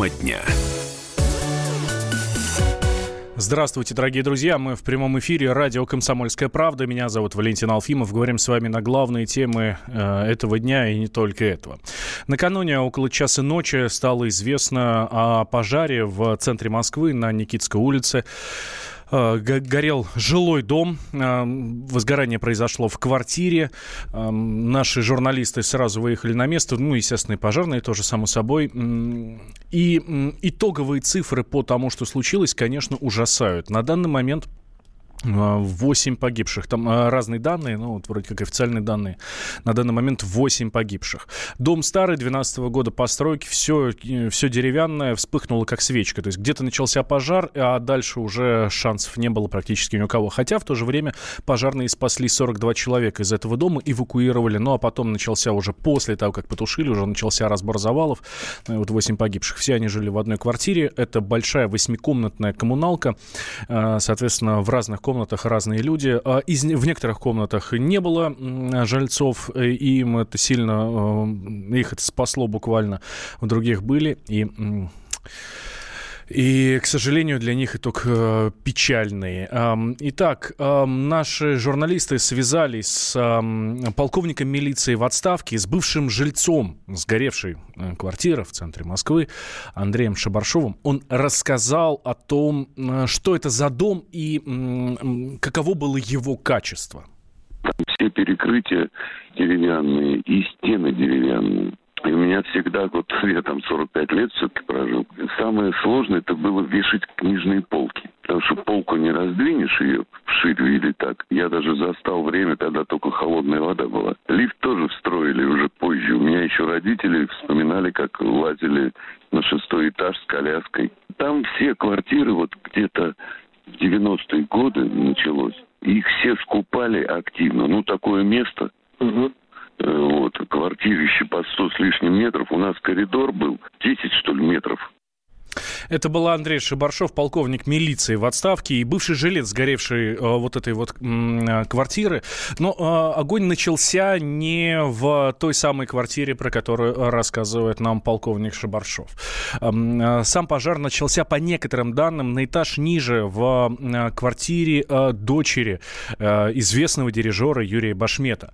Тема дня. Здравствуйте, дорогие друзья. Мы в прямом эфире радио «Комсомольская правда». Меня зовут Валентин Алфимов. Говорим с вами на главные темы этого дня и не только этого. Накануне около часа ночи стало известно о пожаре в центре Москвы на Никитской улице. Горел жилой дом, возгорание произошло в квартире. Наши журналисты сразу выехали на место, естественно, и пожарные тоже, само собой. И итоговые цифры по тому, что случилось, конечно, ужасают. На данный момент 8 погибших. Там разные данные, вроде как официальные данные. На данный момент 8 погибших. Дом старый, 12-го года постройки, все деревянное, вспыхнуло как свечка. То есть где-то начался пожар, а дальше уже шансов не было практически ни у кого. Хотя в то же время пожарные спасли 42 человека из этого дома, эвакуировали. А потом начался уже после того, как потушили, уже начался разбор завалов. 8 погибших. Все они жили в одной квартире. Это большая 8-комнатная коммуналка. Соответственно, в разных комнатах разные люди. В некоторых комнатах не было жильцов, и им это сильно, их это спасло буквально. В других были, и, к сожалению, для них итог печальный. Итак, наши журналисты связались с полковником милиции в отставке, с бывшим жильцом сгоревшей квартиры в центре Москвы Андреем Шабаршовым. Он рассказал о том, что это за дом и каково было его качество. Все перекрытия деревянные и стены деревянные. И у меня всегда, я там 45 лет все-таки прожил, самое сложное это было вешать книжные полки. Потому что полку не раздвинешь ее вширь или так. Я даже застал время, когда только холодная вода была. Лифт тоже встроили уже позже. У меня еще родители вспоминали, как лазили на 6-й этаж с коляской. Там все квартиры, где-то в 90-е годы началось. Их все скупали активно. Такое место. Квартирище по 100 с лишним метров. У нас коридор был 10, метров. Это был Андрей Шабаршов, полковник милиции в отставке и бывший жилец сгоревшей этой квартиры. Но огонь начался не в той самой квартире, про которую рассказывает нам полковник Шабаршов. Сам пожар начался, по некоторым данным, на этаж ниже, в квартире дочери известного дирижера Юрия Башмета.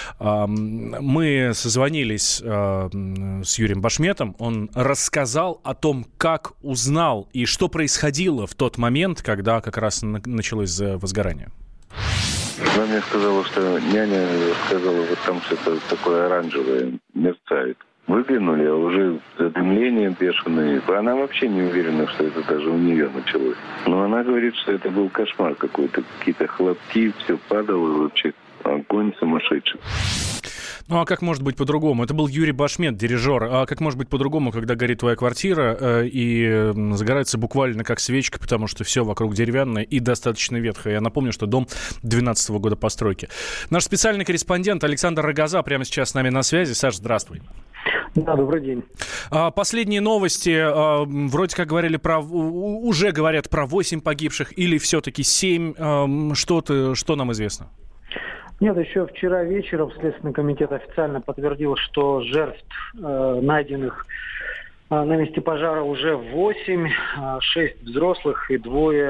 Мы созвонились с Юрием Башметом. Он рассказал о том, как узнал и что происходило в тот момент, когда как раз началось возгорание. Она мне сказала, что няня сказала, там что-то такое оранжевое мерцает. Выглянули, а уже задымление бешеное. Она вообще не уверена, что это даже у нее началось. Но она говорит, что это был кошмар какой-то. Какие-то хлопки, все падало вообще. Огонь сумасшедший. А как может быть по-другому? Это был Юрий Башмет, дирижер. А как может быть по-другому, когда горит твоя квартира и загорается буквально как свечка, потому что все вокруг деревянное и достаточно ветхое. Я напомню, что дом 12-го года постройки. Наш специальный корреспондент Александр Рогоза прямо сейчас с нами на связи. Саш, здравствуй. Да, добрый день. Последние новости, вроде как уже говорят про 8 погибших или все-таки 7. Что нам известно? Нет, еще вчера вечером Следственный комитет официально подтвердил, что жертв, найденных на месте пожара, уже 8, 6 взрослых и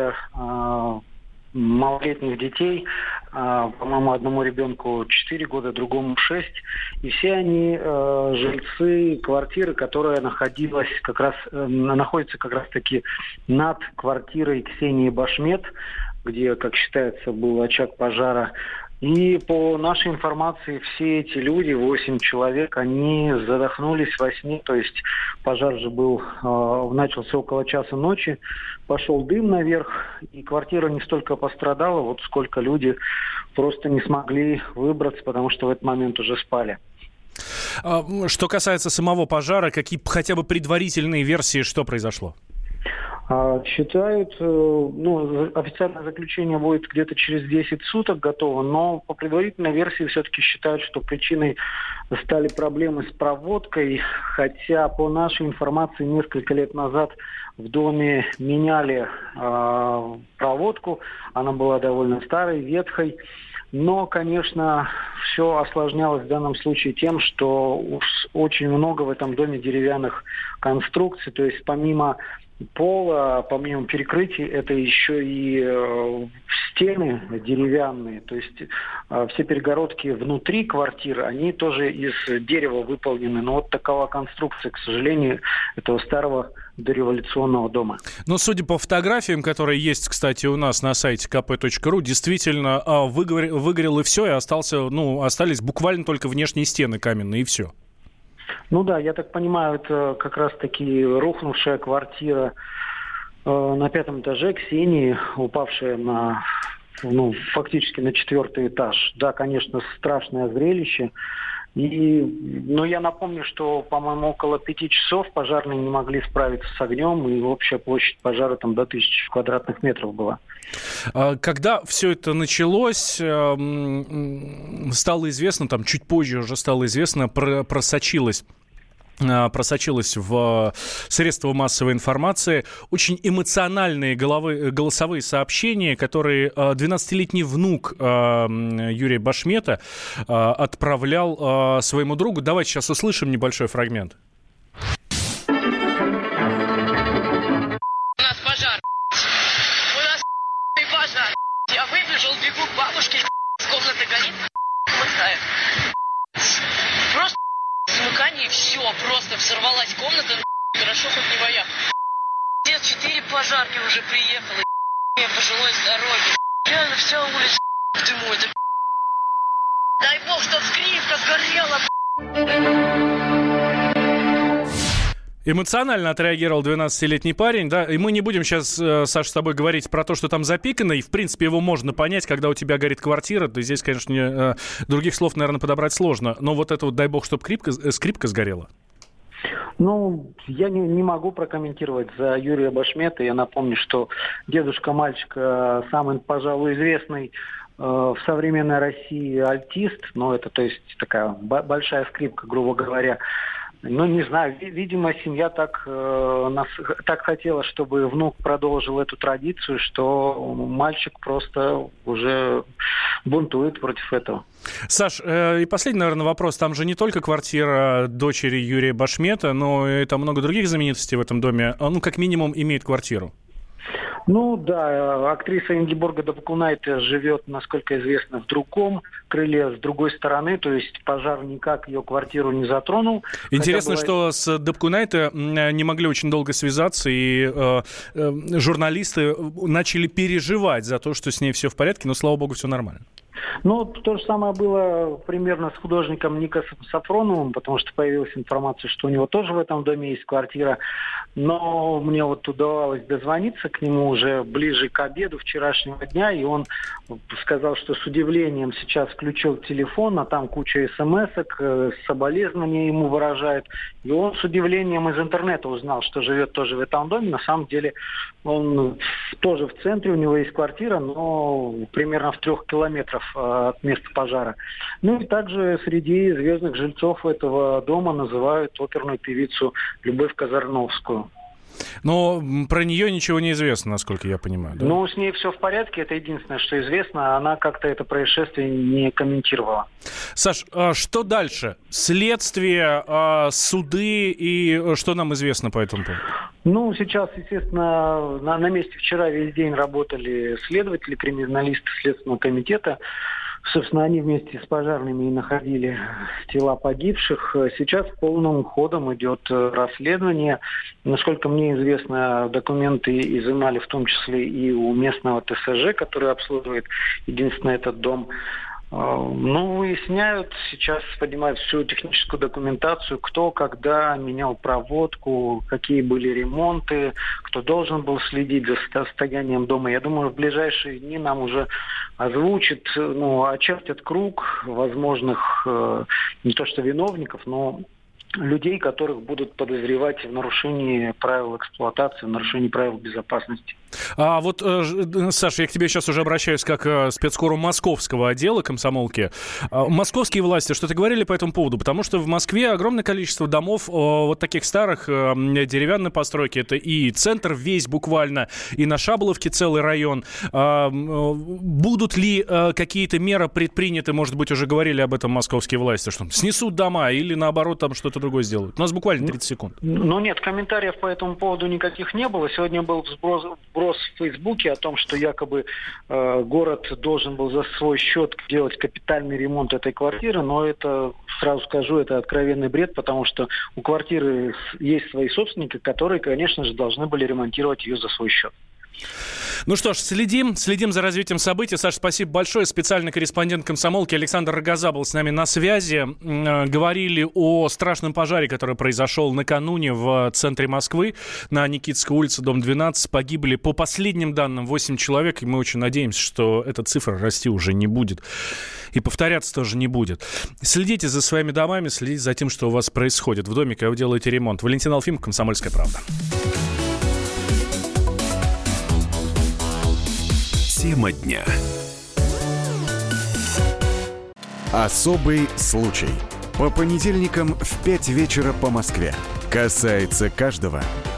2 малолетних детей. По-моему, одному ребенку 4 года, другому 6. И все они жильцы квартиры, которая находится как раз-таки над квартирой Ксении Башмет, где, как считается, был очаг пожара. И по нашей информации, все эти люди, 8 человек, они задохнулись во сне. То есть пожар же начался около часа ночи, пошел дым наверх, и квартира не столько пострадала, сколько люди просто не смогли выбраться, потому что в этот момент уже спали. Что касается самого пожара, какие хотя бы предварительные версии, что произошло? Считают, официальное заключение будет где-то через 10 суток готово, но по предварительной версии все-таки считают, что причиной стали проблемы с проводкой, хотя по нашей информации несколько лет назад в доме меняли проводку, она была довольно старой, ветхой. Но, конечно, все осложнялось в данном случае тем, что уж очень много в этом доме деревянных конструкций. То есть помимо пола, помимо перекрытий, это еще и стены деревянные. То есть все перегородки внутри квартиры, они тоже из дерева выполнены. Но вот такова конструкция, к сожалению, этого старого дореволюционного дома. Но судя по фотографиям, которые есть, кстати, у нас на сайте kp.ru, действительно выгорел и все, и остались буквально только внешние стены каменные, и все. Ну да, я так понимаю, это как раз-таки рухнувшая квартира на 5 этаже Ксении, упавшая фактически на 4 этаж. Да, конечно, страшное зрелище. Но я напомню, что, по-моему, около 5 часов пожарные не могли справиться с огнем, и общая площадь пожара там до 1000 квадратных метров была. Когда все это началось, стало известно, там чуть позже уже стало известно, просочилось в средства массовой информации очень эмоциональные голосовые сообщения, которые 12-летний внук Юрия Башмета отправлял своему другу. Давайте сейчас услышим небольшой фрагмент. У нас пожар. У нас пожар. Я выбежал, бегу к бабушке, с комнаты горит, хватает. Просто смыкание, и все, просто взорвалась комната, хорошо хоть не вояк. Здесь 4 пожарки уже приехало, пожилой с дороги. Реально вся улица в дыму, это дай бог, чтоб скрипка сгорела. Эмоционально отреагировал 12-летний парень, да, и мы не будем сейчас, Саша, с тобой говорить про то, что там запикано, и, в принципе, его можно понять, когда у тебя горит квартира, то здесь, конечно, других слов, наверное, подобрать сложно, но вот это вот, дай бог, чтобы скрипка сгорела. Ну, я не могу прокомментировать за Юрия Башмета. Я напомню, что дедушка мальчика самый, пожалуй, известный в современной России альтист, но это, то есть, такая большая скрипка, грубо говоря. Ну, не знаю, видимо, семья так хотела, чтобы внук продолжил эту традицию, что мальчик просто уже бунтует против этого. Саш, и последний, наверное, вопрос. Там же не только квартира дочери Юрия Башмета, но и там много других знаменитостей в этом доме. Ну, как минимум, имеет квартиру. Ну да, актриса Ингеборга Дапкунайте живет, насколько известно, в другом крыле, с другой стороны, то есть пожар никак ее квартиру не затронул. Интересно, что с Дапкунайте не могли очень долго связаться, и журналисты начали переживать за то, что с ней все в порядке, но, слава богу, все нормально. Ну, то же самое было примерно с художником Никосом Сафроновым, потому что появилась информация, что у него тоже в этом доме есть квартира. Но мне вот удавалось дозвониться к нему уже ближе к обеду вчерашнего дня, и он сказал, что с удивлением сейчас включил телефон, а там куча смс-ок, соболезнования ему выражают. И он с удивлением из интернета узнал, что живет тоже в этом доме. На самом деле он тоже в центре, у него есть квартира, но примерно в 3 километрах от места пожара. Ну и также среди звездных жильцов этого дома называют оперную певицу Любовь Казарновскую. Но про нее ничего не известно, насколько я понимаю, да? Ну, с ней все в порядке, это единственное, что известно. Она как-то это происшествие не комментировала. Саш, что дальше? Следствие, суды и что нам известно по этому поводу? Ну, сейчас, естественно, на месте вчера весь день работали следователи, криминалисты Следственного комитета. Собственно, они вместе с пожарными и находили тела погибших. Сейчас полным ходом идет расследование. Насколько мне известно, документы изымали в том числе и у местного ТСЖ, который обслуживает единственно этот дом. Ну, выясняют, сейчас поднимают всю техническую документацию, кто, когда менял проводку, какие были ремонты, кто должен был следить за состоянием дома. Я думаю, в ближайшие дни нам уже озвучат, очертят круг возможных, не то что виновников, но людей, которых будут подозревать в нарушении правил эксплуатации, в нарушении правил безопасности. А вот, Саша, я к тебе сейчас уже обращаюсь как спецкору московского отдела комсомолки. Московские власти что-то говорили по этому поводу? Потому что в Москве огромное количество домов вот таких старых, деревянной постройки. Это и центр весь буквально, и на Шаболовке целый район. Будут ли какие-то меры предприняты, может быть, уже говорили об этом московские власти, что снесут дома или, наоборот, там что-то другое сделают? У нас буквально 30 секунд. Ну нет, комментариев по этому поводу никаких не было. Сегодня был вброс в Фейсбуке о том, что якобы город должен был за свой счет делать капитальный ремонт этой квартиры, но это, сразу скажу, это откровенный бред, потому что у квартиры есть свои собственники, которые, конечно же, должны были ремонтировать ее за свой счет. Ну что ж, следим за развитием событий. Саша, спасибо большое. Специальный корреспондент комсомолки Александр Рогоза был с нами на связи. Говорили о страшном пожаре, который произошел накануне в центре Москвы на Никитской улице, дом 12. Погибли, по последним данным, 8 человек. И мы очень надеемся, что эта цифра расти уже не будет. И повторяться тоже не будет. Следите за своими домами, следите за тем, что у вас происходит в доме, когда вы делаете ремонт. Валентин Алфимов, «Комсомольская правда». Тема дня. Особый случай. По понедельникам в 5 вечера по Москве. Касается каждого.